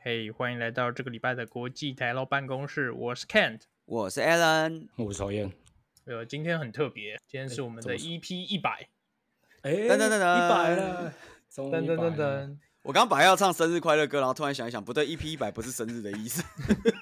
嘿，欢迎来到这个礼拜的国际台劳办公室，我是 Kent， 我是 Alan， 我是曹燕。 今天很特别，今天是我们的 EP 100， 噔噔噔噔 100了，终于100了。 我刚本来要唱生日快乐歌，然后突然想一想，不对，EP 100不是生日的意思。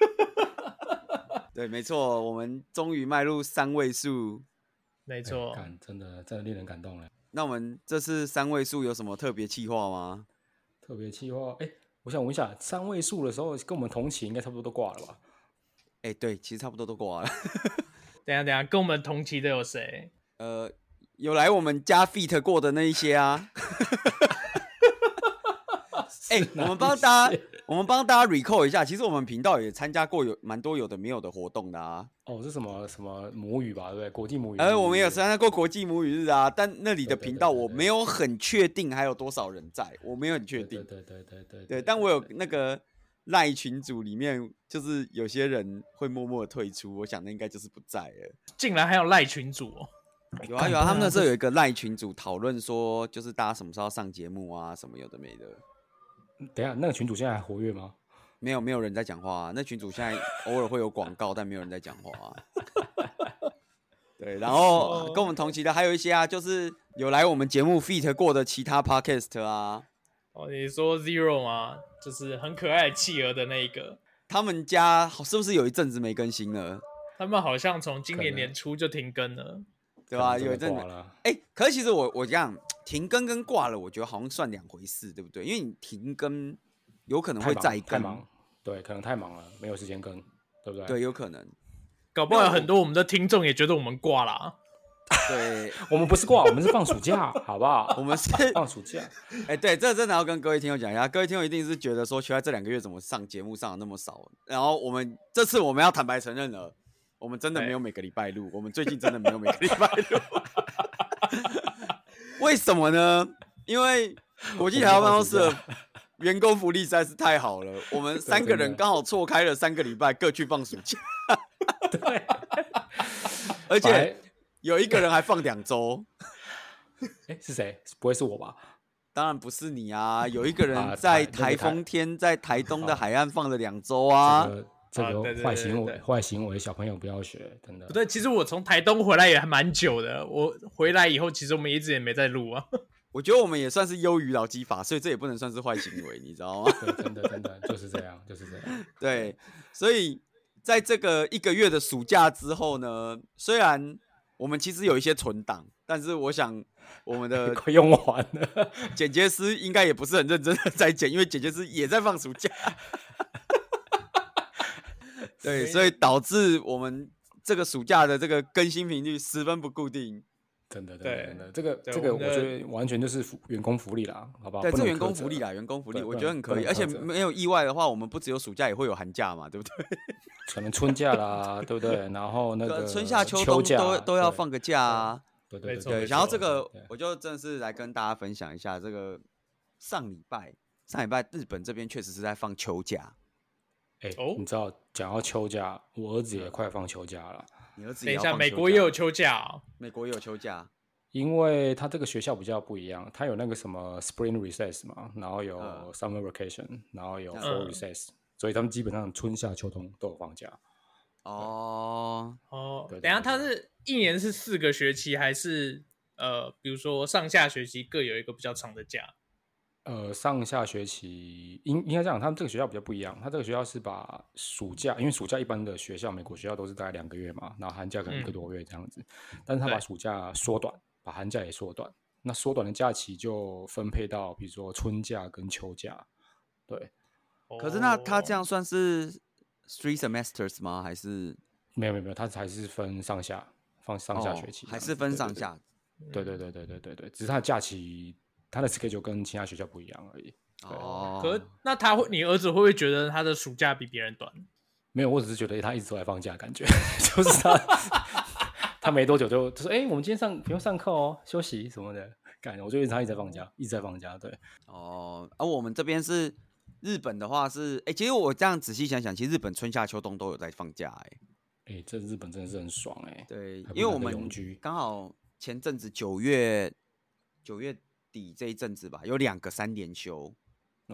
对，没错，我们终于迈入3位数。 没错， 真的令人感动了。 那我们这次3位数有什么特别企划吗？ 特别企划，我想问一下，3位数的时候跟我们同期应该差不多都挂了吧？ 对，其实差不多都挂了。 等一下，跟我们同期的有谁？ 有来我们家 feat 过的那一些啊。我们帮大家 recall 一下，其实我们频道也参加过蛮多有的没有的活动的啊。 是什么母语吧，对不对？国际母语。 我们也参加过国际母语日啊，但那里的频道我没有很确定还有多少人在，我没有很确定。对，但我有那个赖群组里面，就是有些人会默默的退出，我想那应该就是不在了。 竟然还有赖群组哦！ 有啊，他们那时候有一个赖群组讨论说，就是大家什么时候要上节目啊，什么有的没的。 等一下，那个群组现在还活跃吗？ 没有人在讲话啊。那群组现在偶尔会有广告，但没有人在讲话啊。对，然后跟我们同期的还有一些啊，就是有来我们节目 feat 过的其他 podcast 啊。 你说 Zero 吗？就是很可爱的企鹅的那一个。 他们家是不是有一阵子没更新了？ 他们好像从今年年初就停更了， 对吧？有一阵子。可是其实我这样停更跟挂了，我觉得好像算两回事，对不对？因为你停更有可能会再更， 太忙，对，可能太忙了，没有时间更，对不对？ 对，有可能。 搞不好有很多我们的听众也觉得我们挂啦。 对， 我们不是挂，我们是放暑假，好不好？ 我们是放暑假。 对，这真的要跟各位听众讲一下，各位听众一定是觉得说，奇怪这2个月怎么上节目上的那么少？然后这次我们要坦白承认了，我们真的没有每个礼拜录，我们最近真的没有每个礼拜录。为什么呢？因为国际台劳办公室的员工福利实在是太好了，我们3个人刚好错开了3个礼拜，各去放暑假。 对， 而且有一个人还放2周。 是谁？不会是我吧？ 当然不是你啊！有一个人在台风天在台东的海岸放了2周啊。 这个坏行为，小朋友不要学，真的。 不对，其实我从台东回来也还蛮久的。我回来以后，其实我们一直也没在录啊。 我觉得我们也算是优于劳基法，所以这也不能算是坏行为，你知道吗？ 对，真的就是这样，就是这样。 对，所以在这个1个月的暑假之后呢，虽然我们其实有一些存档，但是我想我们的快用完了， 剪接师应该也不是很认真的在剪，因为剪接师也在放暑假。对，所以导致我们这个暑假的这个更新频率十分不固定。 真的，这个我觉得完全就是员工福利啦，好不好？ 对，这员工福利啦，员工福利，我觉得很可以。而且没有意外的话，我们不只有暑假，也会有寒假嘛，对不对？ 可能春假啦，对不对？然后那个春夏秋冬都要放个假啊。 对。 然后这个我就正式来跟大家分享一下，这个上礼拜日本这边确实是在放秋假。 你知道讲到秋假，我儿子也快放秋假了。 你儿子也要放秋假？ 等一下，美国也有秋假哦。 美国也有秋假， 因为他这个学校比较不一样，他有那个什么 Spring Recess 嘛，然后有 Summer Vacation， 然后有 Fall Recess，所以他们基本上春夏秋冬都有放假。 等一下，他是1年是4个学期，还是比如说上下学期各有一个比较长的假？ 上下学期应该这样，他们这个学校比较不一样。他这个学校是把暑假，因为暑假一般的学校，美国学校都是大概2个月嘛，然后寒假可能1个多月这样子。但是他把暑假缩短，把寒假也缩短。那缩短的假期就分配到，比如说春假跟秋假。对。 可是那他这样算是 3 semesters 吗？还是没有，他还是分上下，放上下学期， 还是分上下。 对，只是他的假期。他的 schedule 跟其他学校不一样而已。 可是那你儿子会不会觉得他的暑假比别人短？ 没有，我只是觉得他一直都在放假，感觉就是他没多久就说，我们今天不用上课哦，休息什么的。我就觉得他一直在放假，一直在放假。对。 我们这边是日本的话是，其实我这样仔细想想，其实日本春夏秋冬都有在放假。 这日本真的是很爽。 对，因为我们刚好前阵子9月底这一阵子吧，有2个3连休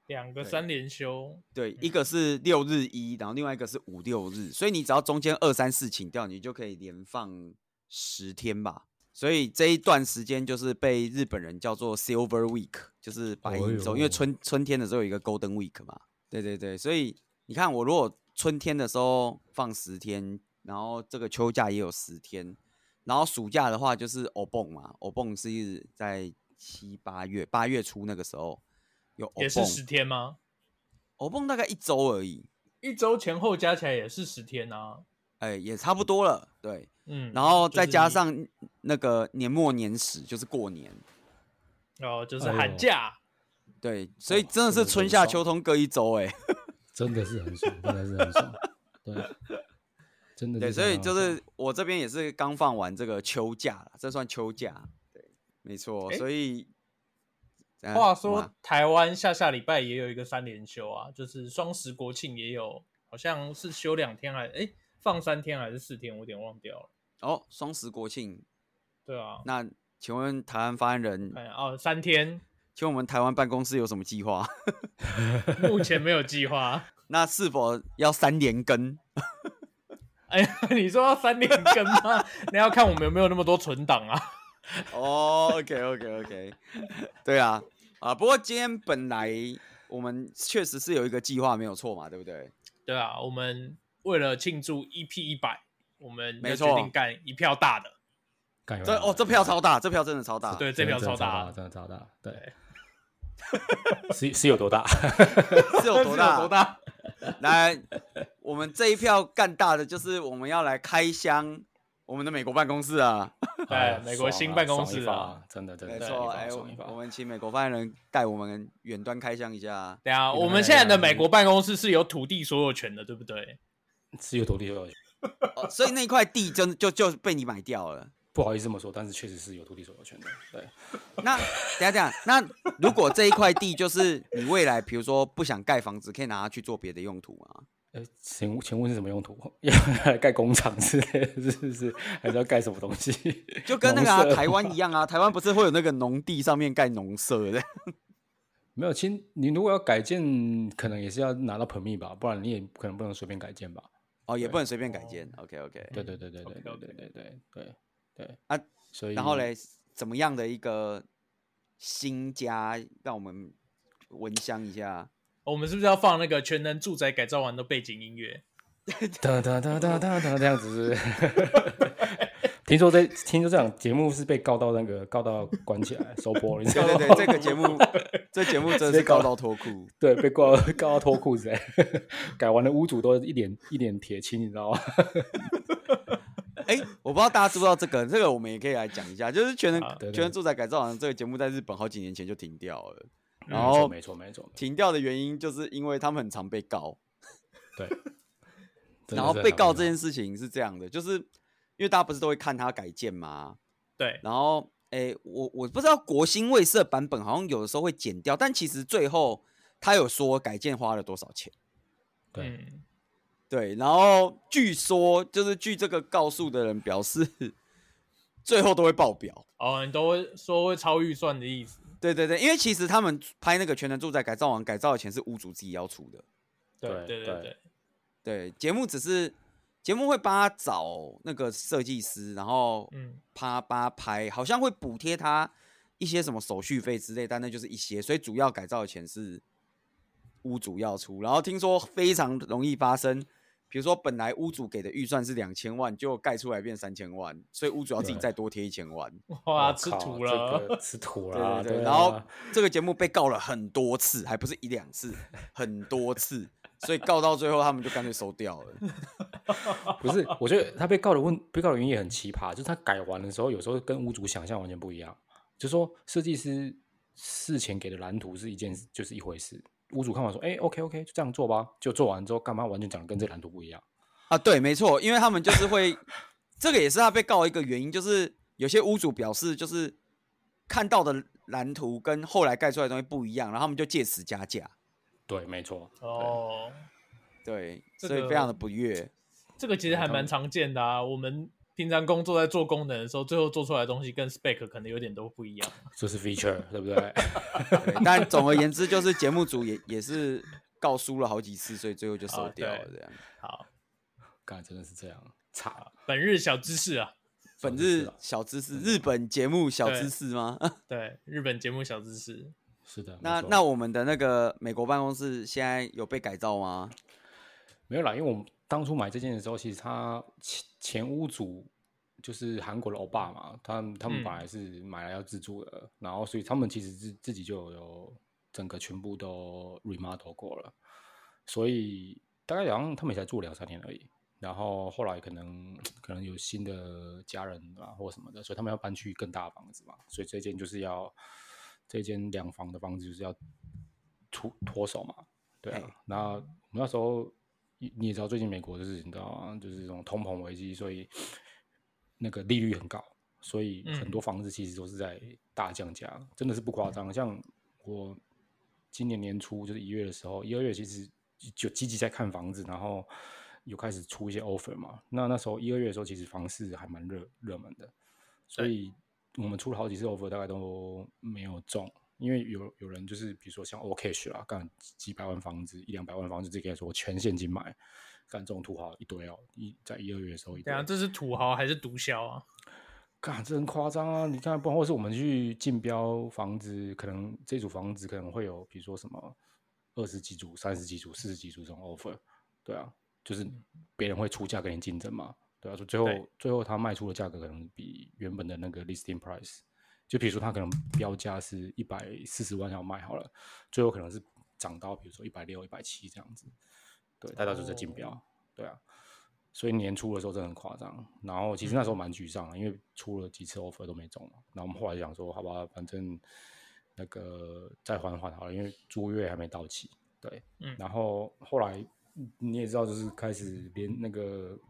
2个3连休， 对，一个是6日1，然后另外一个是5、6日，所以你只要中间2、3、4请掉，你就可以连放10天吧。所以这一段时间就是被日本人叫做 Silver Week， 就是白银周，因为春天的时候有一个 Golden Week 嘛。对对对，所以你看我如果春天的时候放10天，然后这个秋假也有10天，然后暑假的话就是欧蹦嘛，欧蹦是在7、8月，8月初那个时候有欧蹦， 也是10天吗？ 欧蹦大概1周而已 ，1周前后加起来也是10天啊。 也差不多了，对，然后再加上那个年末年始，就是过年， 就是寒假， 对，所以真的是春夏秋冬各1周， 真的是很爽，真的是很爽，对，真的是。 对，所以就是我这边也是刚放完这个秋假了，这算秋假，对，没错，所以。 话说台湾下礼拜也有一个3连休啊，就是双十国庆也有，好像是休2天放3天还是4天，我有点忘掉了。 哦，双十国庆， 对啊。 那请问台湾发言人 3天， 请问我们台湾办公室有什么计划？ 目前没有计划。 那是否要3连更？ 哎呀，你说要3连更吗？你要看我们有没有那么多存档啊。 OK， 对啊，不过今天本来我们确实是有一个计划，没有错嘛，对不对？ 对啊，我们为了庆祝 EP 100，我们要决定干一票大的。 这票超大，这票真的超大， 对，这票超大， 真的超大，对。是有多大？ 是有多大？来，我们这一票干大的就是我们要来开箱我们的美国办公室啊！ 对，美国新办公室啊， 真的没错。我们请美国发言人带我们远端开箱一下。 对啊，我们现在的美国办公室是有土地所有权的，对不对？ 是有土地所有权。 所以那块地就被你买掉了。 不好意思这么说，但是确实是有土地所有权的。对。 那等一下，那如果这一块地就是你未来比如说不想盖房子，可以拿它去做别的用途吗？ 请问是什么用途？要盖工厂之类的，是不是？还是要盖什么东西？ 就跟那个台湾一样啊，台湾不是会有那个农地上面盖农舍的？ 没有，其实你如果要改建，可能也是要拿到 permit 吧，不然你也可能不能随便改建吧。 也不能随便改建。OK。 对啊， 所以然后嘞，怎么样的一个新家，让我们闻香一下？ 我们是不是要放那个全能住宅改造完的背景音乐？ 哒这样子是不是？听说这档节目是被告到关起来收播了，你知道吗？ 对，这节目真的是告到脱裤， 对，被告到脱裤子，改完了屋主都一脸铁青，你知道吗？ 我不知道大家知不知道这个我们也可以来讲一下，就是全能住宅改造完这个节目在日本好几年前就停掉了，然后没错， 停掉的原因就是因为他们很常被告， 对， 然后被告这件事情是这样的，就是因为大家不是都会看他改建吗？ 对， 然后我不知道国新卫视版本好像有的时候会剪掉，但其实最后他有说改建花了多少钱，对，然后据说就是据这个告诉的人表示，最后都会爆表你都会说会超预算的意思。 对，因为其实他们拍那个全能住宅改造完，改造的钱是屋主自己要出的。对，节目会帮他找那个设计师，然后帮他拍，好像会补贴他一些什么手续费之类，但那就是一些，所以主要改造的钱是屋主要出。然后听说非常容易发生。比如说，本来屋主给的预算是2000万，结果盖出来变3000万，所以屋主要自己再多贴1000万。 哇，吃土了， 吃土了。 对。然后这个节目被告了很多次，还不是1、2次，很多次，所以告到最后他们就干脆收掉了。 不是，我觉得他被告的原因也很奇葩，就是他改完的时候，有时候跟屋主想象完全不一样。就是说，设计师事前给的蓝图是就是一回事。屋主看完说：“OK，就这样做吧。”就做完之后，干嘛完全讲的跟这蓝图不一样啊？对，没错，因为他们就是会，这个也是他被告的一个原因，就是有些屋主表示，就是看到的蓝图跟后来盖出来的东西不一样，然后他们就借此加价。 对，没错。 对，所以非常的不悦。 这个其实还蛮常见的啊。我们平常工作在做功能的时候，最后做出来的东西跟 spec 可能有点都不一样。 这是 feature， 对不对？ 对，但总而言之，就是节目组也是告输了好几次，所以最后就收掉了这样。 好， 干真的是这样，差。 本日小知识啊， 本日小知识，日本节目小知识吗？ 对，日本节目小知识。 是的。 那我们的那个美国办公室现在有被改造吗？ 没有啦，因为我们当初买这件的时候，其实他前屋主就是韩国的欧巴嘛，他们本来是买来要自住的，然后所以他们其实自己就有整个全部都 remodel 过了，所以大概好像他们也才住2-3年而已，然后后来可能有新的家人啊或什么的，所以他们要搬去更大的房子嘛，所以这间2房的房子就是要脱手嘛，对啊，那我们那时候。你也知道，最近美国就是你知道吗？就是这种通膨危机，所以那个利率很高，所以很多房子其实都是在大降价，真的是不夸张。像我今年年初就是1月的时候，1、2月其实就积极在看房子，然后有开始出一些 offer 嘛。那时候1、2月的时候，其实房市还蛮热门的，所以我们出了好几次 offer，大概都没有中。因为有人就是比如说像 Allcash 啊，干几百万房子100-200万房子，直接说我全现金买，干这种土豪一堆哦，在1、2月的时候一堆。 对啊，这是土豪还是毒枭啊？ 干这很夸张啊！你看，不然或是我们去竞标房子，可能这组房子可能会有比如说什么20几组、30几组、40几组这种 offer， 对啊，就是别人会出价跟你竞争嘛，对啊，就最后他卖出的价格可能比原本的那个 listing price。就比如说他可能标价是140万要卖好了，最后可能是涨到比如说160、170这样子，对，大家就在竞标，对啊，所以年初的时候真的很夸张。然后其实那时候蛮沮丧的，因为出了几次 offer 都没中嘛。然后我们后来想说，好吧，反正那个再缓缓好了，因为租约还没到期，对，然后后来你也知道，就是开始连那个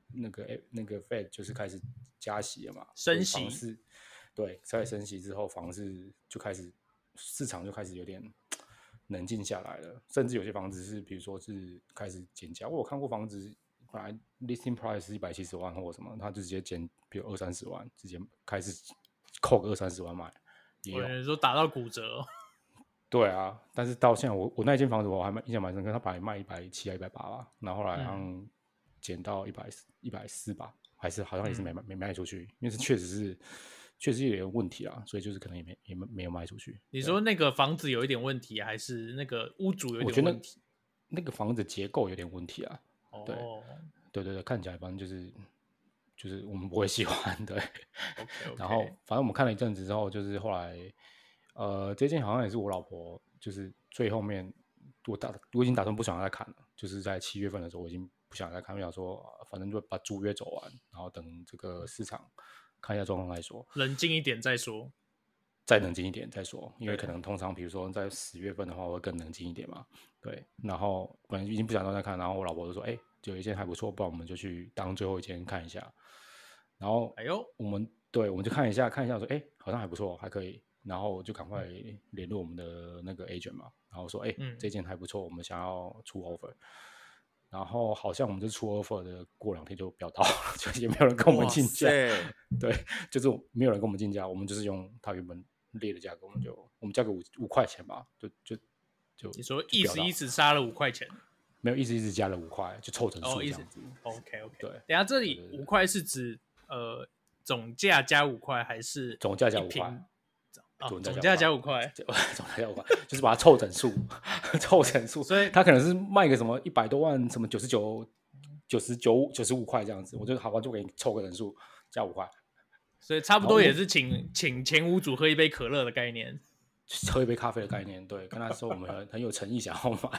Fed 就是开始加息了嘛， 升息。 对，在升息之后，房市就开始市场就开始有点冷静下来了，甚至有些房子是，比如说是开始减价。我有看过房子本来 listing price 是170万或什么，他就直接减，比如20-30万，直接开始扣个20-30万卖，也有。 我说打到骨折。 对啊，但是到现在我那间房子我还印象蛮深刻，他本来卖170、180吧，然后后来好像减到140吧，还是好像也是没卖出去，因为确实有点问题啊，所以就是可能也没有卖出去。 你说那个房子有一点问题，还是那个屋主有一点问题？ 那个房子结构有点问题啊。对，看起来反正就是我们不会喜欢的。 Okay. 然后反正我们看了一阵子之后，就是后来这件好像也是我老婆，就是最后面我已经打算不想再看了，就是在7月份的时候我已经不想再看，我想说反正就把租约走完，然后等这个市场看一下状况再说， 冷静一点再说， 再冷静一点再说，因为可能通常比如说在10月份的话会更冷静一点嘛，对，然后本来已经不想再看，然后我老婆就说有一件还不错，不然我们就去当最后一件看一下，然后我们就看一下说好像还不错，还可以，然后我就赶快联络我们的那个 agent 嘛，然后说这件还不错，我们想要出 offer， 然后好像我们就出 offer 的过2天就飙到了，就也没有人跟我们竞价，对，就是没有人跟我们竞价，我们就是用他原本列的价格，我们加个5块钱吧，就你说意思杀了5块钱。 没有，一直加了5块，就凑整数这样子。 OK， 对。 等一下这里5块是指总价加5块，还是总价加5块？ 总价加5块， 总价加5块，就是把它凑整数，凑整数。 所以他可能是卖个什么100多万，什么99、95块这样子，我就好吧，就给你凑个整数，加5块。 所以差不多也是请前屋主喝一杯可乐的概念。 喝一杯咖啡的概念，对，跟他说我们很有诚意想要买，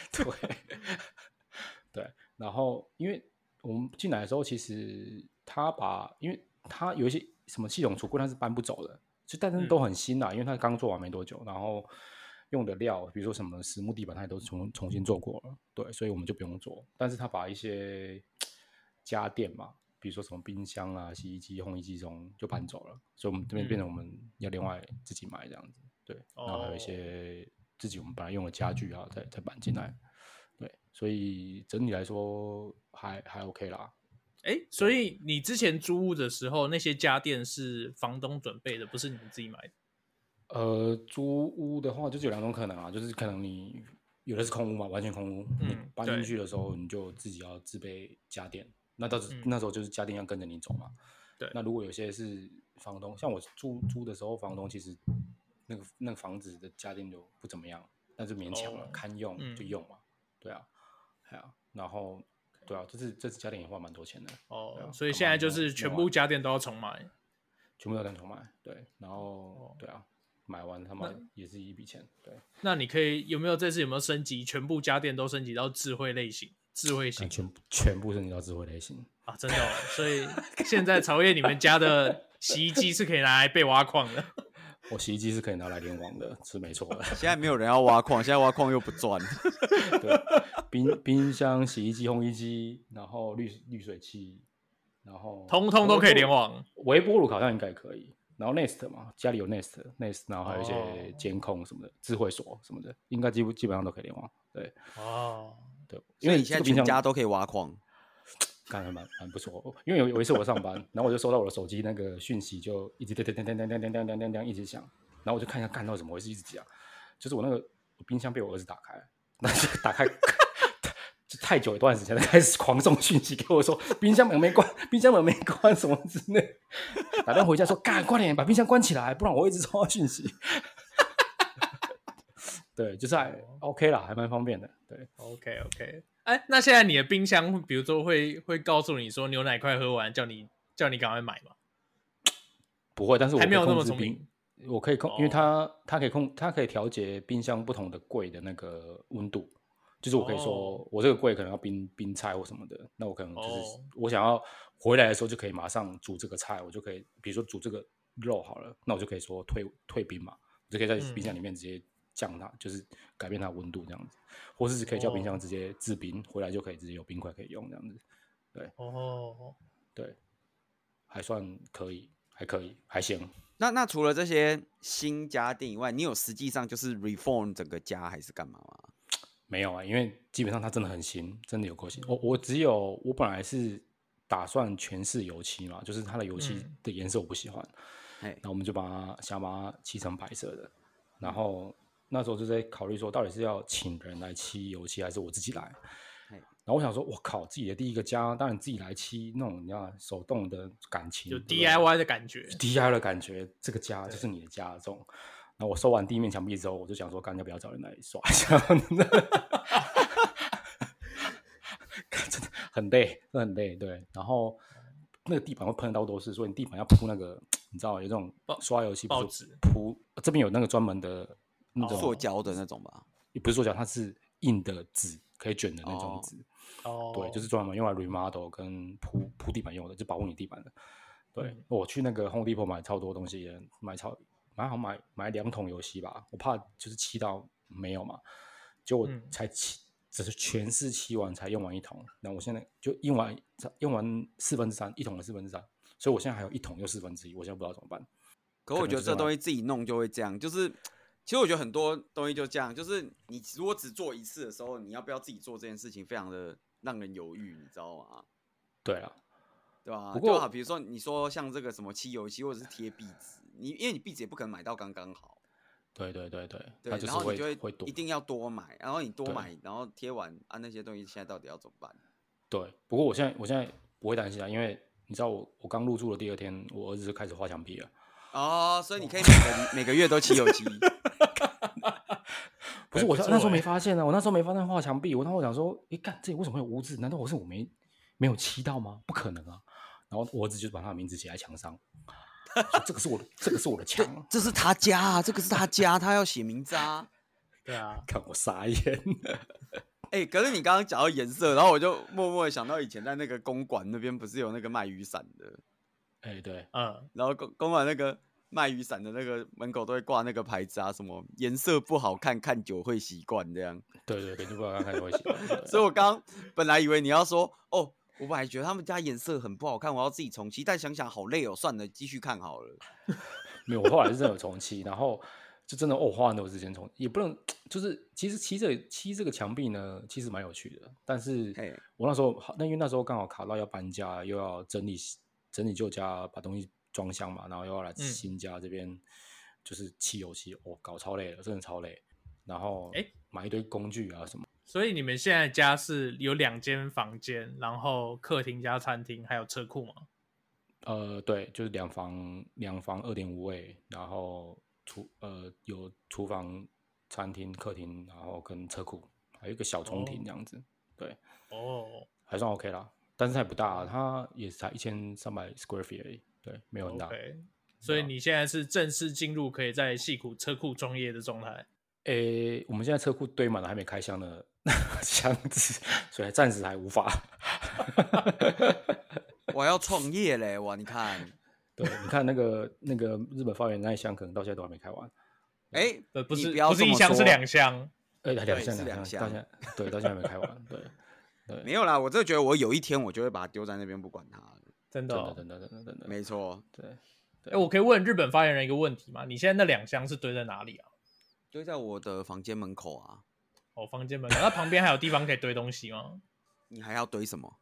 对，然后因为我们进来的时候，其实因为他有一些什么系统橱柜他是搬不走的，但是都很新啦，因为他刚做完没多久，然后用的料，比如说什么实木地板，他也都重新做过了，对，所以我们就不用做，但是他把一些家电嘛，比如说什么冰箱啊、洗衣机、烘衣机这种就搬走了，所以我们这边变成我们要另外自己买这样子。对，然后还有一些自己我们本来用的家具啊，再搬进来，对，所以整体来说还 OK 啦。 所以你之前租屋的时候，那些家电是房东准备的，不是你们自己买的？ 租屋的话，就是有2种可能啊，就是可能你有的是空屋嘛，完全空屋，你搬进去的时候，你就自己要自备家电，那时候就是家电要跟着你走嘛。 对。 那如果有些是房东，像我租的时候，房东其实那个房子的家电就不怎么样，但是勉强了，堪用就用嘛。对啊，然后对啊，这次家电也花蛮多钱的。 所以现在就是全部家电都要重买。 全部都要重买，对，然后对啊。买完他们也是一笔钱，对。 那你这次有没有升级？全部家电都升级到智慧型？ 全部升级到智慧类型啊，真的所以现在曹烨你们家的洗衣机是可以拿来被挖矿的。 我洗衣机是可以拿来联网的，是没错的。 现在没有人要挖矿，现在挖矿又不赚。 对，冰箱、洗衣机、烘衣机，然后滤水器，然后通通都可以联网。 微波炉好像应该可以。然后 Nest 嘛，家里有 Nest， 然后还有一些监控什么的，智慧锁什么的，应该基本上都可以联网。对，对，因为你现在全家都可以挖矿， 看还蛮不错。因为有一次我上班，然后我就收到我的手机那个讯息，就一直一直响，然后我就看一下，干到怎么回事，一直讲，就是我那个冰箱被我儿子打开，那就打开。就太久一段时间，开始狂送讯息给我说冰箱门没关什么之类，打电话回家说干快点把冰箱关起来，不然我会一直收到讯息。对，就是还 OK 啦，还蛮方便的。对 ，OK。那现在你的冰箱，比如说会告诉你说牛奶快喝完，叫你赶快买吗？ 不会，但是我还没有那么聪明。 我可以控，因为它可以调节冰箱不同的柜的那个温度。就是我可以说，我这个柜可能要冰菜或什么的，那我可能就是我想要回来的时候就可以马上煮这个菜，我就可以，比如说煮这个肉好了，那我就可以说退冰嘛，我就可以在冰箱里面直接降它，就是改变它的温度这样子，或是可以叫冰箱直接制冰，回来就可以直接有冰块可以用这样子。对，对，还算可以，还行。 那除了这些新家电以外，你有实际上就是 reform 整个家还是干嘛吗？ 没有啊，因为基本上它真的很新，真的有够新。我本来是打算全是油漆嘛，就是它的油漆的颜色我不喜欢，那我们就想把它漆成白色的。然后那时候就在考虑说，到底是要请人来漆油漆，还是我自己来？然后我想说，我靠，自己的第一个家，当然自己来漆那种你知道手动的感情， 就 DIY 的感觉 ，DIY 的感觉，这个家就是你的家这种。然后我收完地面墙壁之后，我就想说，干要不要找人来刷一下？真的很累，真的很累。对，然后那个地板会喷到都是，所以你地板要铺那个，你知道有这种刷油漆报纸铺，这边有那个专门的那种塑胶的那种吧？ 也不是塑胶，它是硬的纸，可以卷的那种纸。对，就是专门用来 remodel 跟铺地板用的，就保护你地板的。对，我去那个 Home Depot 买超多东西，买2桶油漆吧，我怕就是漆到没有嘛，就我才只是全是漆完才用完1桶，那我现在就用完3/4，一桶的3/4，所以我现在还有1桶又1/4，我现在不知道怎么办。 可我觉得这东西自己弄就会这样，就是其实我觉得很多东西就这样，就是你如果只做一次的时候，你要不要自己做这件事情，非常的让人犹豫，你知道吗？ 对啊， 对吧？不过比如说你说像这个什么漆油漆或者是贴壁纸，因为你壁纸也不可能买到刚刚好。 对， 然后你就会一定要多买，然后你多买，然后贴完那些东西现在到底要怎么办？ 对，不过我现在不会担心啊，因为你知道我刚入住的第2天，我儿子就开始画墙壁了。 所以你可以每个月都漆油漆。 不是我那时候没发现啊，我那时候没发现画墙壁，我想说，干这里为什么会有污渍？难道我没有漆到吗？不可能啊！然后我儿子就把他的名字写在墙上。这个是我的墙， 这是他家啊，这个是他家，他要写名字啊。 对啊， 看我傻眼。 可是你刚刚讲到颜色，然后我就默默的想到以前在那个公馆那边不是有那个卖雨伞的？ 对， 然后公馆那个卖雨伞的那个门口都会挂那个牌子啊，什么颜色不好看，看久会习惯这样。 对，颜色不好看，看久会习惯。 所以我刚本来以为你要说我本来觉得他们家颜色很不好看，我要自己重漆，但想想好累哦，算了，继续看好了。 没有，我后来是真的有重漆，然后就真的花很多时间重，也不能就是其实漆这个墙壁呢，其实蛮有趣的。但是我那时候因为那时候刚好卡到要搬家，又要整理旧家，把东西装箱嘛，然后又要来新家这边就是漆油漆，搞超累了，真的超累。然后买一堆工具啊什么。 所以你们现在家是有2间房间，然后客厅加餐厅，还有车库吗？ 对，就是两房2.5卫，然后有厨房、餐厅、客厅，然后跟车库，还有一个小中庭这样子。对，还算 OK 啦，但是它也不大，它也才1300 square feet 而已，对，没有很大。 所以你现在是正式进入可以在矽谷车库装业的状态？ 我们现在车库堆满了还没开箱的箱子，所以暂时还无法。 我要创业嘞！哇，你看， 对，你看那个日本发源那一箱，可能到现在都还没开完。 不是 1 箱是2箱 ，2箱， 到现在还没开完。对， 没有啦，我真的觉得我有一天我就会把它丢在那边不管它了。 真的， 没错。 对， 我可以问日本发言人一个问题吗？你现在那2箱是堆在哪里啊？ 堆在我的房间门口啊。 房间门口，那旁边还有地方可以堆东西吗？ 你还要堆什么？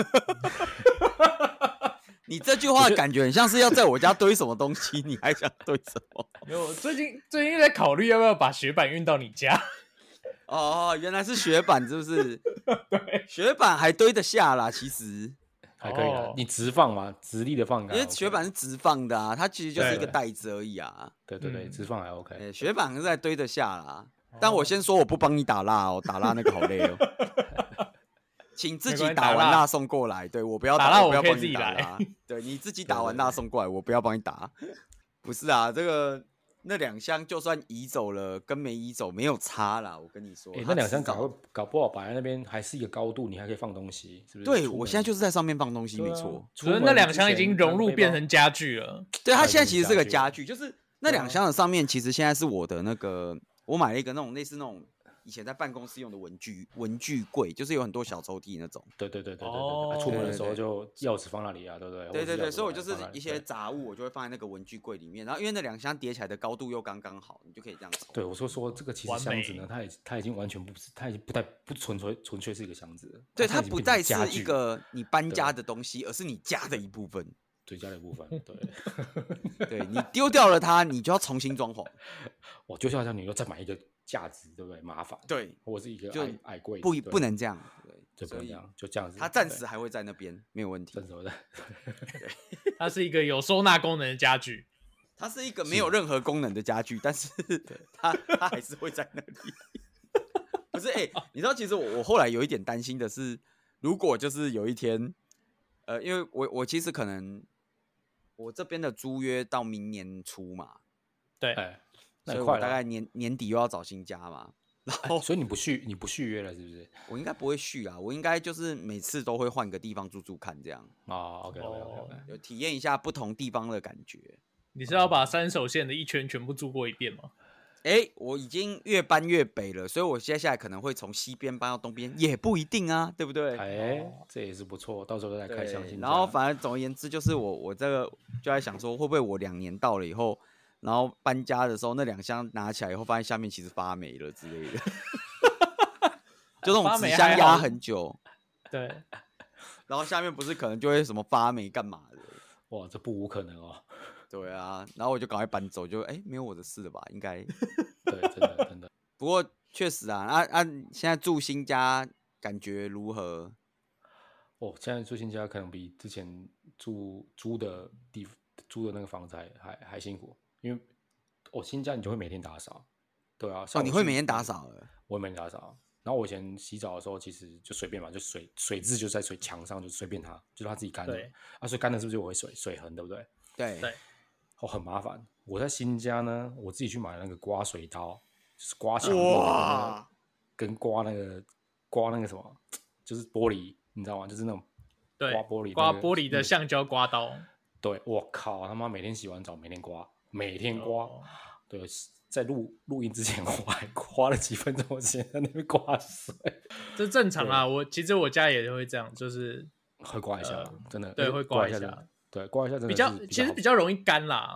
你这句话感觉很像是要在我家堆什么东西，你还想堆什么？ 没有，最近在考虑要不要把雪板运到你家。 原来是雪板，是不是？ 对， 雪板还堆得下啦，其实还可以啦。你直放嘛，直立的放， 因为雪板是直放的啊，它其实就是一个袋子而已啊。 对，直放还 OK。 雪板是在堆得下啦。但我先说，我不帮你打蜡哦，打蜡那个好累哦。请自己打完蜡送过来，对，我不要打蜡，我不要帮你打蜡。对，你自己打完蜡送过来，我不要帮你打。不是啊，那2箱就算移走了，跟没移走没有差啦。我跟你说， 那2箱搞不好摆在那边还是一个高度，你还可以放东西，是不是？ 对，我现在就是在上面放东西，没错。 可是那2箱已经融入变成家具了。 对，它现在其实是个家具，就是那2箱的上面，其实现在是我的那个。我买了一个那种类似那种以前在办公室用的文具柜，就是有很多小抽屉那种。 对，出门的时候就钥匙放那里啊，对不对？ 对，所以我就是一些杂物，我就会放在那个文具柜里面。然后因为那2箱叠起来的高度又刚刚好，你就可以这样抽。 对，我说这个其实箱子呢，它已经完全不是，它已经不纯粹是一个箱子了。 对，它不再是一个你搬家的东西，而是你家的一部分。 最佳的部分， 对，你丢掉了它，你就要重新装潢。 我就像你又再买一个架子，对不对？麻烦。 对， 或者是一个矮柜， 不能这样， 对，就不能这样，就这样子。 它暂时还会在那边，没有问题。 暂时会在。 它是一个有收纳功能的家具， 它是一个没有任何功能的家具，但是它还是会在那里。不是，你知道，其实我后来有一点担心的是，如果就是有一天，因为我其实可能。我这边的租约到明年初嘛， 对， 所以我大概年底又要找新家嘛，然后所以你不续约了是不是？ 我应该不会续啊，我应该就是每次都会换个地方住看这样。 OK， 有体验一下不同地方的感觉。 你是要把3手线的一圈全部住过一遍吗？ 我已经越搬越北了，所以我接下来可能会从西边搬到东边，也不一定啊，对不对？ 这也是不错，到时候再开箱新家。 然后反正总而言之，就是我这个就在想说，会不会我2年到了以后，然后搬家的时候那2箱拿起来以后，发现下面其实发霉了之类的，就那种纸箱压很久， 对， 然后下面不是可能就会什么发霉干嘛的？ 哇，这不无可能哦。 对啊，然后我就赶快搬走，就没有我的事了吧？应该。 对，真的。 不过确实啊，现在住新家感觉如何？ 现在住新家可能比之前租的那个房子还辛苦，因为新家你就会每天打扫。对啊， 你会每天打扫了？ 我会每天打扫。然后我以前洗澡的时候，其实就随便嘛，就水渍就在墙上，就随便它，就是它自己干的。所以干的是不是就会水痕，对不对？ 对。 很麻烦。我在新家呢，我自己去买那个刮水刀，就是刮墙跟刮那个什么，就是玻璃，你知道吗？就是那种刮玻璃、 刮玻璃的橡胶刮刀。 对，我靠，他妈每天洗完澡，每天刮。对，在录音之前，我还花了几分钟时间在那边刮水。 这正常啊，其实我家也会这样，就是会刮一下，真的。 对，会刮一下。 对，刮一下真的其实比较容易干啦。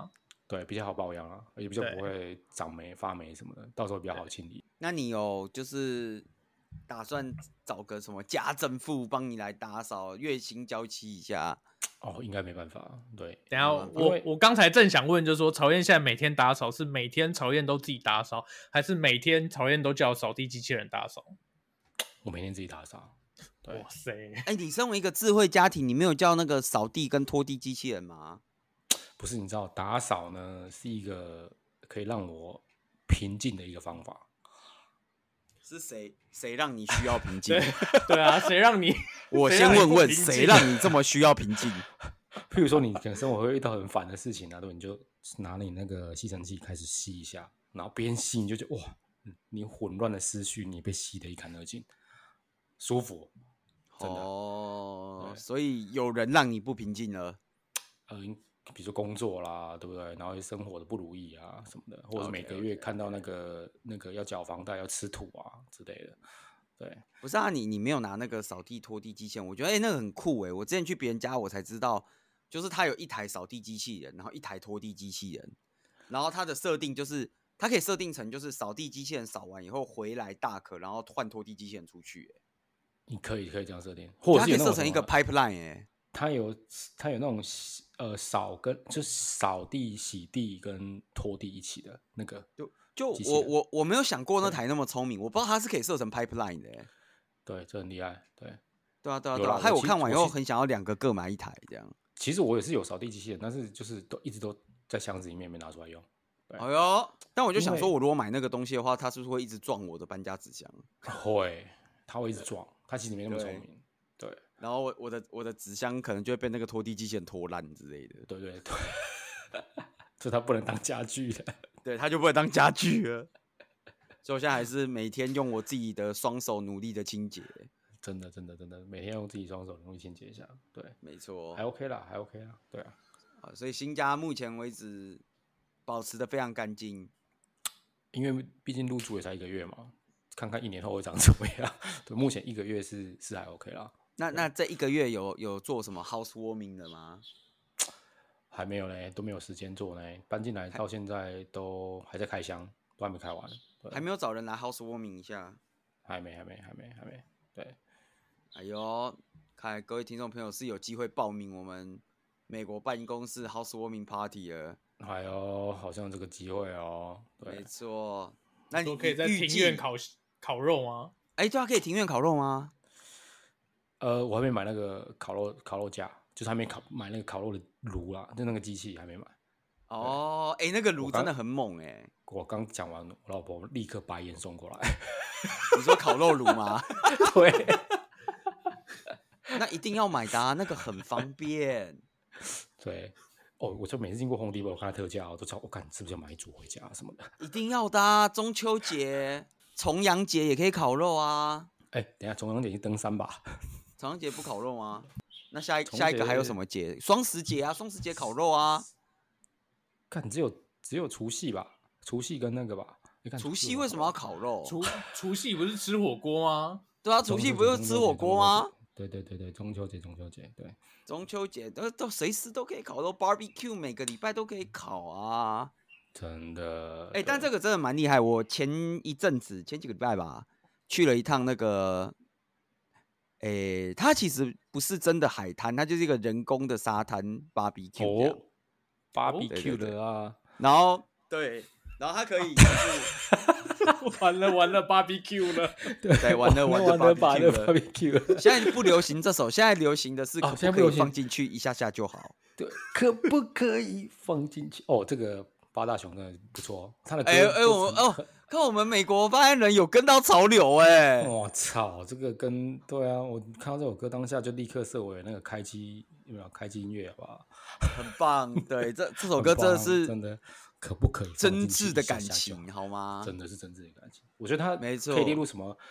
对，比较好保养啊，也比较不会长霉、发霉什么的，到时候比较好清理。 那你有就是打算找个什么家政妇帮你来打扫，月薪娇妻一下？ 哦，应该没办法。对， 等一下我刚才正想问，就是说曹燕现在每天打扫是每天曹燕都自己打扫，还是每天曹燕都叫扫地机器人打扫？ 我每天自己打扫。 哇塞！ 你身为一个智慧家庭，你没有叫那个扫地跟拖地机器人吗？ 不是，你知道打扫呢是一个可以让我平静的一个方法。 是谁让你需要平静？ 对啊，谁让你？ 我先问谁让你这么需要平静？ 譬如说，你可能生活会遇到很烦的事情啊，对，你就拿你那个吸尘器开始吸一下，然后边吸你就觉得哇，你混乱的思绪你被吸得一干二净，舒服。真的哦，所以有人让你不平静了。 比如说工作啦，对不对？然后生活的不如意啊什么的，或者每个月看到那个要缴房贷要吃土啊之类的。对， 不是啊，你没有拿那个扫地拖地机器人，我觉得那个很酷我之前去别人家我才知道，就是他有一台扫地机器人，然后一台拖地机器人，然后它的设定就是它可以设定成就是扫地机器人扫完以后回来大可，然后换拖地机器人出去。 你可以这样设定，或者是它可以设成一个 pipeline 它有那种就是扫地、洗地跟拖地一起的那个。 就我没有想过那台那么聪明，我不知道它是可以设成 pipeline 的。 对，这很厉害。对啊，害我看完以后很想要2个各买一台这样。 其实我也是有扫地机器人，但是就是一直都在箱子里面没拿出来用。 哎呦，但我就想说，我如果买那个东西的话，它是不是会一直撞我的搬家纸箱？ 会，它会一直撞。它其实没那么聪明。对， 然后我的纸箱可能就会被那个拖地机器人拖烂之类的。 对，所以它不能当家具的。 对，它就不能当家具了。所以我现在还是每天用我自己的双手努力的清洁。 真的，每天用自己双手努力清洁一下。对， 没错， 还 OK 啦。对啊。 所以新家目前为止保持的非常干净。 因为毕竟入住也才1个月嘛。看看1年后会长怎么样。对，目前1个月是还 OK 啦。 那这1个月有做什么 housewarming 的吗？ 还没有嘞，都没有时间做呢。搬进来到现在都还在开箱，都还没开完。 还没有找人来 housewarming 一下？ 还没。对。 哎呦，看来各位听众朋友是有机会报名我们美国办公室 housewarming party 了。 哎呦，好像这个机会哦。对， 没错。那你可以在庭院烤肉吗？ 对啊，可以庭院烤肉吗？ 我还没买那个烤肉架，就是还没买那个烤肉的炉啦，就那个机器还没买。 哦，那个炉真的很猛我刚讲完，我老婆立刻白眼送过来。 你说烤肉炉吗？ 对。 那一定要买的那个很方便。 对。我就每次经过Home Depot，我看到特价，我都想，我看是不是要买一组回家什么的。 一定要的中秋节、重阳节也可以烤肉啊。 等一下，重阳节是登山吧？ 重阳节不烤肉吗？那下一个还有什么节？双十节啊，双十节烤肉啊。 看只有除夕吧，除夕跟那个吧。 除夕为什么要烤肉？ 除夕不是吃火锅吗？ 对啊，除夕不是吃火锅吗？ 对，中秋节，对， 中秋节都随时都可以烤肉 ，barbecue 每个礼拜都可以烤啊。 真的。 但这个真的蛮厉害。我前几个礼拜吧，去了一趟那个，它其实不是真的海滩，它就是一个人工的沙滩 barbecue。 barbecue 的啊。 然后它可以就是完了 barbecue 了。 对，完了 barbecue 了。 现在不流行这首，现在流行的是可不可以放进去一下下就好。 对，可不可以放进去？这个八大雄真的不错，他的歌看我们美国发言人有跟到潮流我操，这个对啊，我看到这首歌当下就立刻设为那个开机音乐，好不好？ 很棒。对，这首歌真的是真的。可不可以真挚的感情好吗？ 真的是真挚的感情。我觉得他没错， 可以列入什么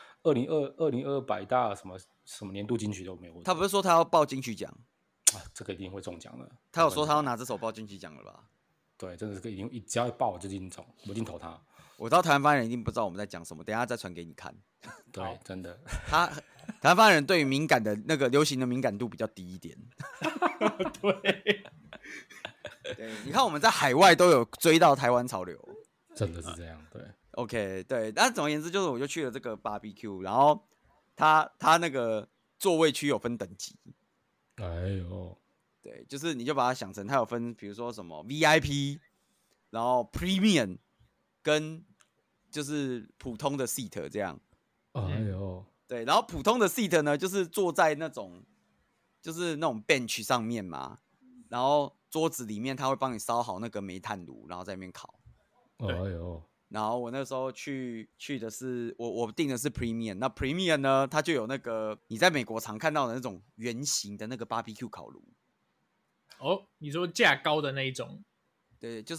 2022百大什么年度金曲都没问题。 他不是说他要报金曲奖这个一定会中奖的。 他有说他要拿这首报金曲奖了吧？ 对，真的是一定，只要一报我就一定中，我一定投他。 我知道台湾发言人一定不知道我们在讲什么，等一下再传给你看。 对，真的。 台湾发言人对于敏感的那个流行的敏感度比较低一点。 对。 对，你看我们在海外都有追到台湾潮流， 真的是这样。对 ，OK， 对。但总而言之，就是我就去了这个 BBQ， 然后他那个座位区有分等级。 哎呦， 对，就是你就把它想成它有分，比如说什么 VIP， 然后 Premium 跟就是普通的 seat 这样。 哎呦， 对，然后普通的 seat 呢，就是坐在那种就是那种 bench 上面嘛，然后桌子里面他会帮你烧好那个煤炭炉，然后在那边烤。 哎呦， 然后我那时候去的是我订的是 Premium， 那 Premium 呢，它就有那个你在美国常看到的那种圆形的那个 BBQ 烤炉。 哦，你说架高的那一种？ 对，就是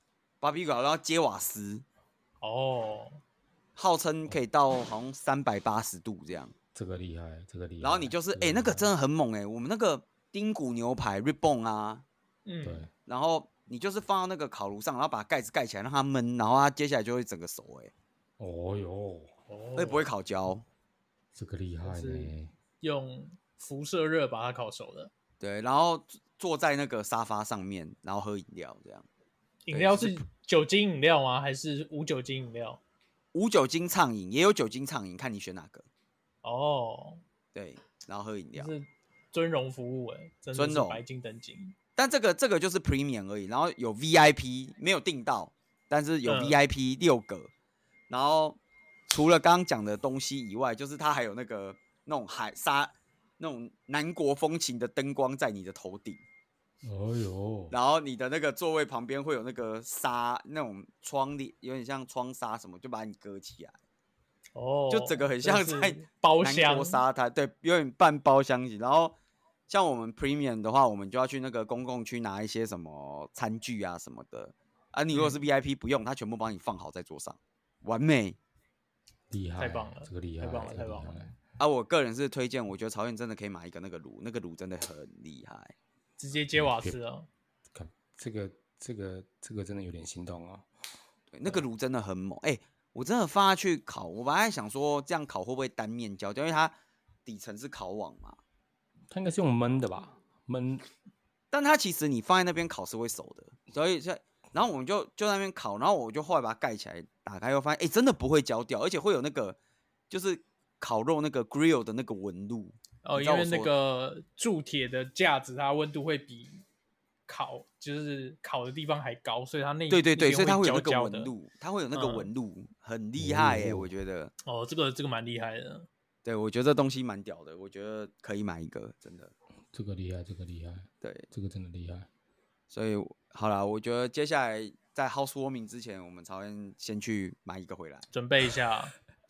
BBQ 烤，然后接瓦斯。 哦， 号称可以到好像380度这样。 这个厉害，这个厉害。 然后你就是那个真的很猛我们那个丁骨牛排 Ribbon 啊， 对， 然后你就是放到那个烤炉上，然后把盖子盖起来让它焖，然后它接下来就会整个熟哦哟， 而且不会烤焦。 这个厉害呢， 用辐射热把它烤熟的。 对，然后坐在那个沙发上面，然后喝饮料这样。 饮料是酒精饮料吗？还是无酒精饮料？ 无酒精畅饮，也有酒精畅饮，看你选哪个。 哦， 对，然后喝饮料。 是尊荣服务真的是白金等级。 但这个就是 Premium 而已，然后有 VIP 没有订到，但是有 VIP 6个，然后除了刚刚讲的东西以外，就是它还有那种那种南国风情的灯光在你的头顶。 哦呦， 然后你的那个座位旁边会有那个纱，那种窗帘，有点像窗纱什么，就把你隔起来。 哦， 就整个很像在包南国沙滩，对，有点半包厢型。然后像我们 Premium 的话，我们就要去那个公共区拿一些什么餐具啊什么的啊。你如果是 VIP 不用，他全部帮你放好在桌上，完美， 厉害， 太棒了， 这个厉害， 太棒了，太棒了。 啊，我个人是推荐，我觉得曹燕真的可以买一个那个炉，那个炉真的很厉害， 直接接瓦斯啊。 看这个真的有点心动啊。 对，那个炉真的很猛，我真的放下去烤，我本来想说这样烤会不会单面焦掉，因为它底层是烤网嘛。 它应该是用焖的吧？焖， 但它其实你放在那边烤是会熟的，所以然后我们就在那边烤，然后我就后来把它盖起来，打开后发现，真的不会焦掉，而且会有那个就是烤肉那个 grill 的那个纹路。 因为那个铸铁的架子，它温度会比就是烤的地方还高，所以它对，所以它会有那个纹路，它会有那个纹路，很厉害我觉得。 哦，这个蛮厉害的。 对，我觉得这东西蛮屌的，我觉得可以买一个，真的。 这个厉害，这个厉害， 对， 这个真的厉害。 所以好啦，我觉得接下来在 housewarming 之前，我们才会先去买一个回来， 准备一下。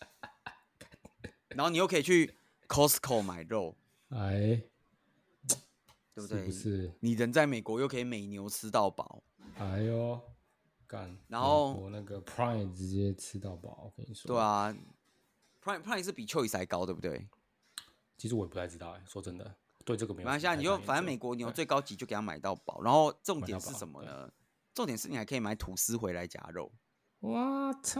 然后你又可以去 Costco 买肉， 对不对？ 是不是？ 你人在美国又可以美牛吃到饱， 哎呦，干！ 然后我那个 Prime 直接吃到饱，我跟你说。 对啊 ，Prime 是比 Choice 还高，对不对？ 其实我也不太知道，说真的，对这个没有。 没关系，你就反正美国牛最高级就给他买到饱，然后重点是什么呢？重点是你还可以买吐司回来夹肉。 我操！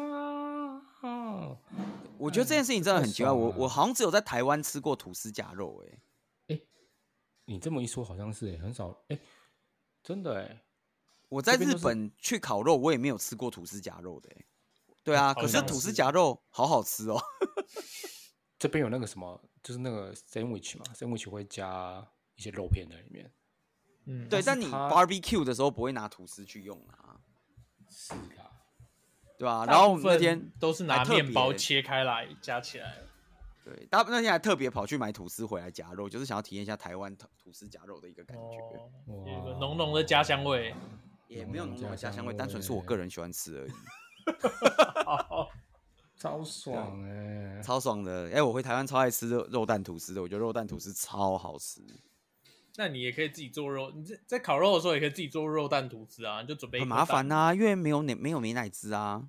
我觉得这件事情真的很奇怪，我好像只有在台湾吃过吐司夹肉， 你这么一说，好像是很少，真的我在日本去烤肉，我也没有吃过吐司夹肉的，对啊，可是吐司夹肉好好吃哦。 这边有那个什么，就是那个 sandwich 嘛 ，sandwich 会加一些肉片在里面。 对，但你 barbecue 的时候不会拿吐司去用啊。 是啊。 对吧？然后那天都是拿面包切开来加起来。 对，那天还特别跑去买吐司回来夹肉，就是想要体验一下台湾吐司夹肉的一个感觉。 有一个浓浓的家乡味。 也没有浓浓的家乡味，单纯是我个人喜欢吃而已。 超爽超爽的！我回台湾超爱吃肉蛋吐司的，我觉得肉蛋吐司超好吃。 那你也可以自己做肉，你在烤肉的时候也可以自己做肉蛋吐司啊，你就准备一颗蛋。 很麻烦啊，因为没有美乃滋啊。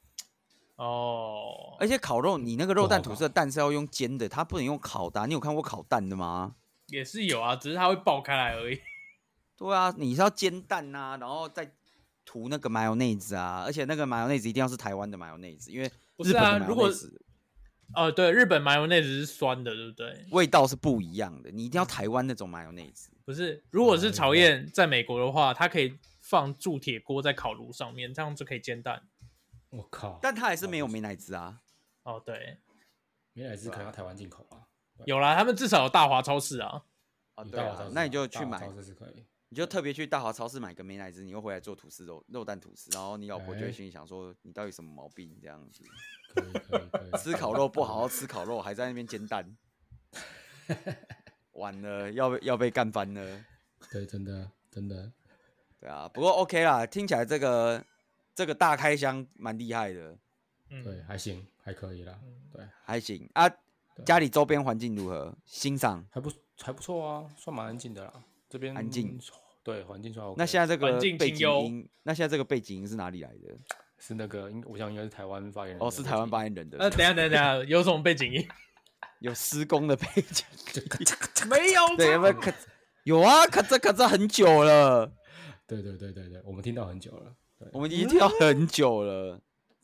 哦。 而且烤肉，你那个肉蛋吐司的蛋是要用煎的，它不能用烤的。你有看过烤蛋的吗？ 也是有啊，只是它会爆开来而已。 对啊，你是要煎蛋啊，然后再涂那个麻油内子啊，而且那个麻油内子一定要是台湾的麻油内子，因为日本的麻油内子。 对，日本麻油内子是酸的，对不对？ 味道是不一样的，你一定要台湾那种麻油内子。 不是，如果是曹燕在美国的话，他可以放铸铁锅在烤炉上面，这样就可以煎蛋。 我靠！ 但它还是没有美乃滋啊。 哦，对， 美乃滋可能要台湾进口啊。 有啦，他们至少有大华超市啊。 对啊，那你就去买， 超市是可以。 你就特别去大华超市买个美乃滋，你又回来做吐司肉蛋吐司，然后你老婆就会心里想说，你到底什么毛病这样子？ 可以。 吃烤肉不好好吃烤肉，还在那边煎蛋，完了要被干翻了。 对，真的。 对啊，不过 OK 啦，听起来这个大开箱蛮厉害的。 对，还行，还可以啦。对， 还行啊。家里周边环境如何？欣赏还不错啊，算蛮安静的啦。这边安静， 对，环境算 OK。 那现在这个背景音是哪里来的？ 是那个，我想应该是台湾发言人。 哦，是台湾发言人的。 等一下，有什么背景音？ 有施工的背景。 没有？ 对，有啊，咔嚓很久了。 对，我们听到很久了。 我们已经听到很久了。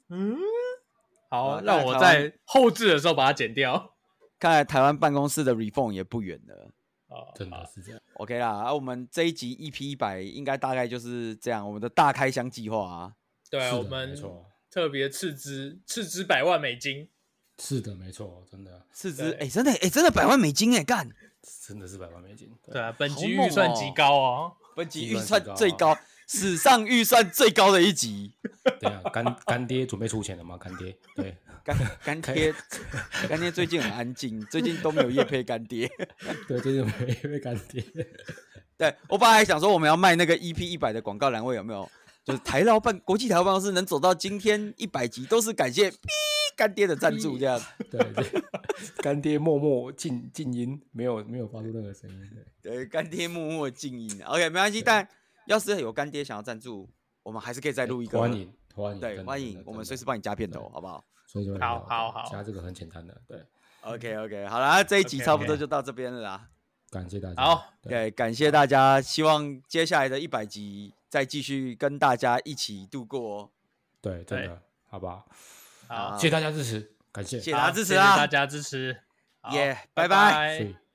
好，让我在后置的时候把它剪掉。 看来台湾办公室的 reform 也不远了。 真的是这样。 OK 啦，我们这一集 EP100应该大概就是这样，我们的大开箱计划啊。 对啊，我们特别斥资$100万。 是的，没错，真的。 斥资真的$100万干。 真的是$100万。 对啊，本集预算极高啊， 本集预算最高，史上预算最高的一集。 对啊，干爹准备出钱了吗？干爹，对， 干爹最近很安静，最近都没有业配干爹。 对，最近没有业配干爹。 对，我本来还想说我们要卖那个 EP100的广告栏位有没有？就是国际台劳办公室能走到今天100集，都是感谢干爹的赞助，这样。 对，干爹默默静音，没有发出任何声音。 对，干爹默默静音。OK， 没关系。但要是有干爹想要赞助，我们还是可以再录一个。 欢迎。 对，欢迎，我们随时帮你加片头，好不好？ 好， 加这个很简单的。对。 OK， 好了，这一集差不多就到这边了啦。 感谢大家。 好， 对，感谢大家，希望接下来的100集再继续跟大家一起度过。 对，真的，好不好？ 好， 谢谢大家支持，感谢， 谢谢大家支持啊，谢谢大家支持， 耶，拜拜。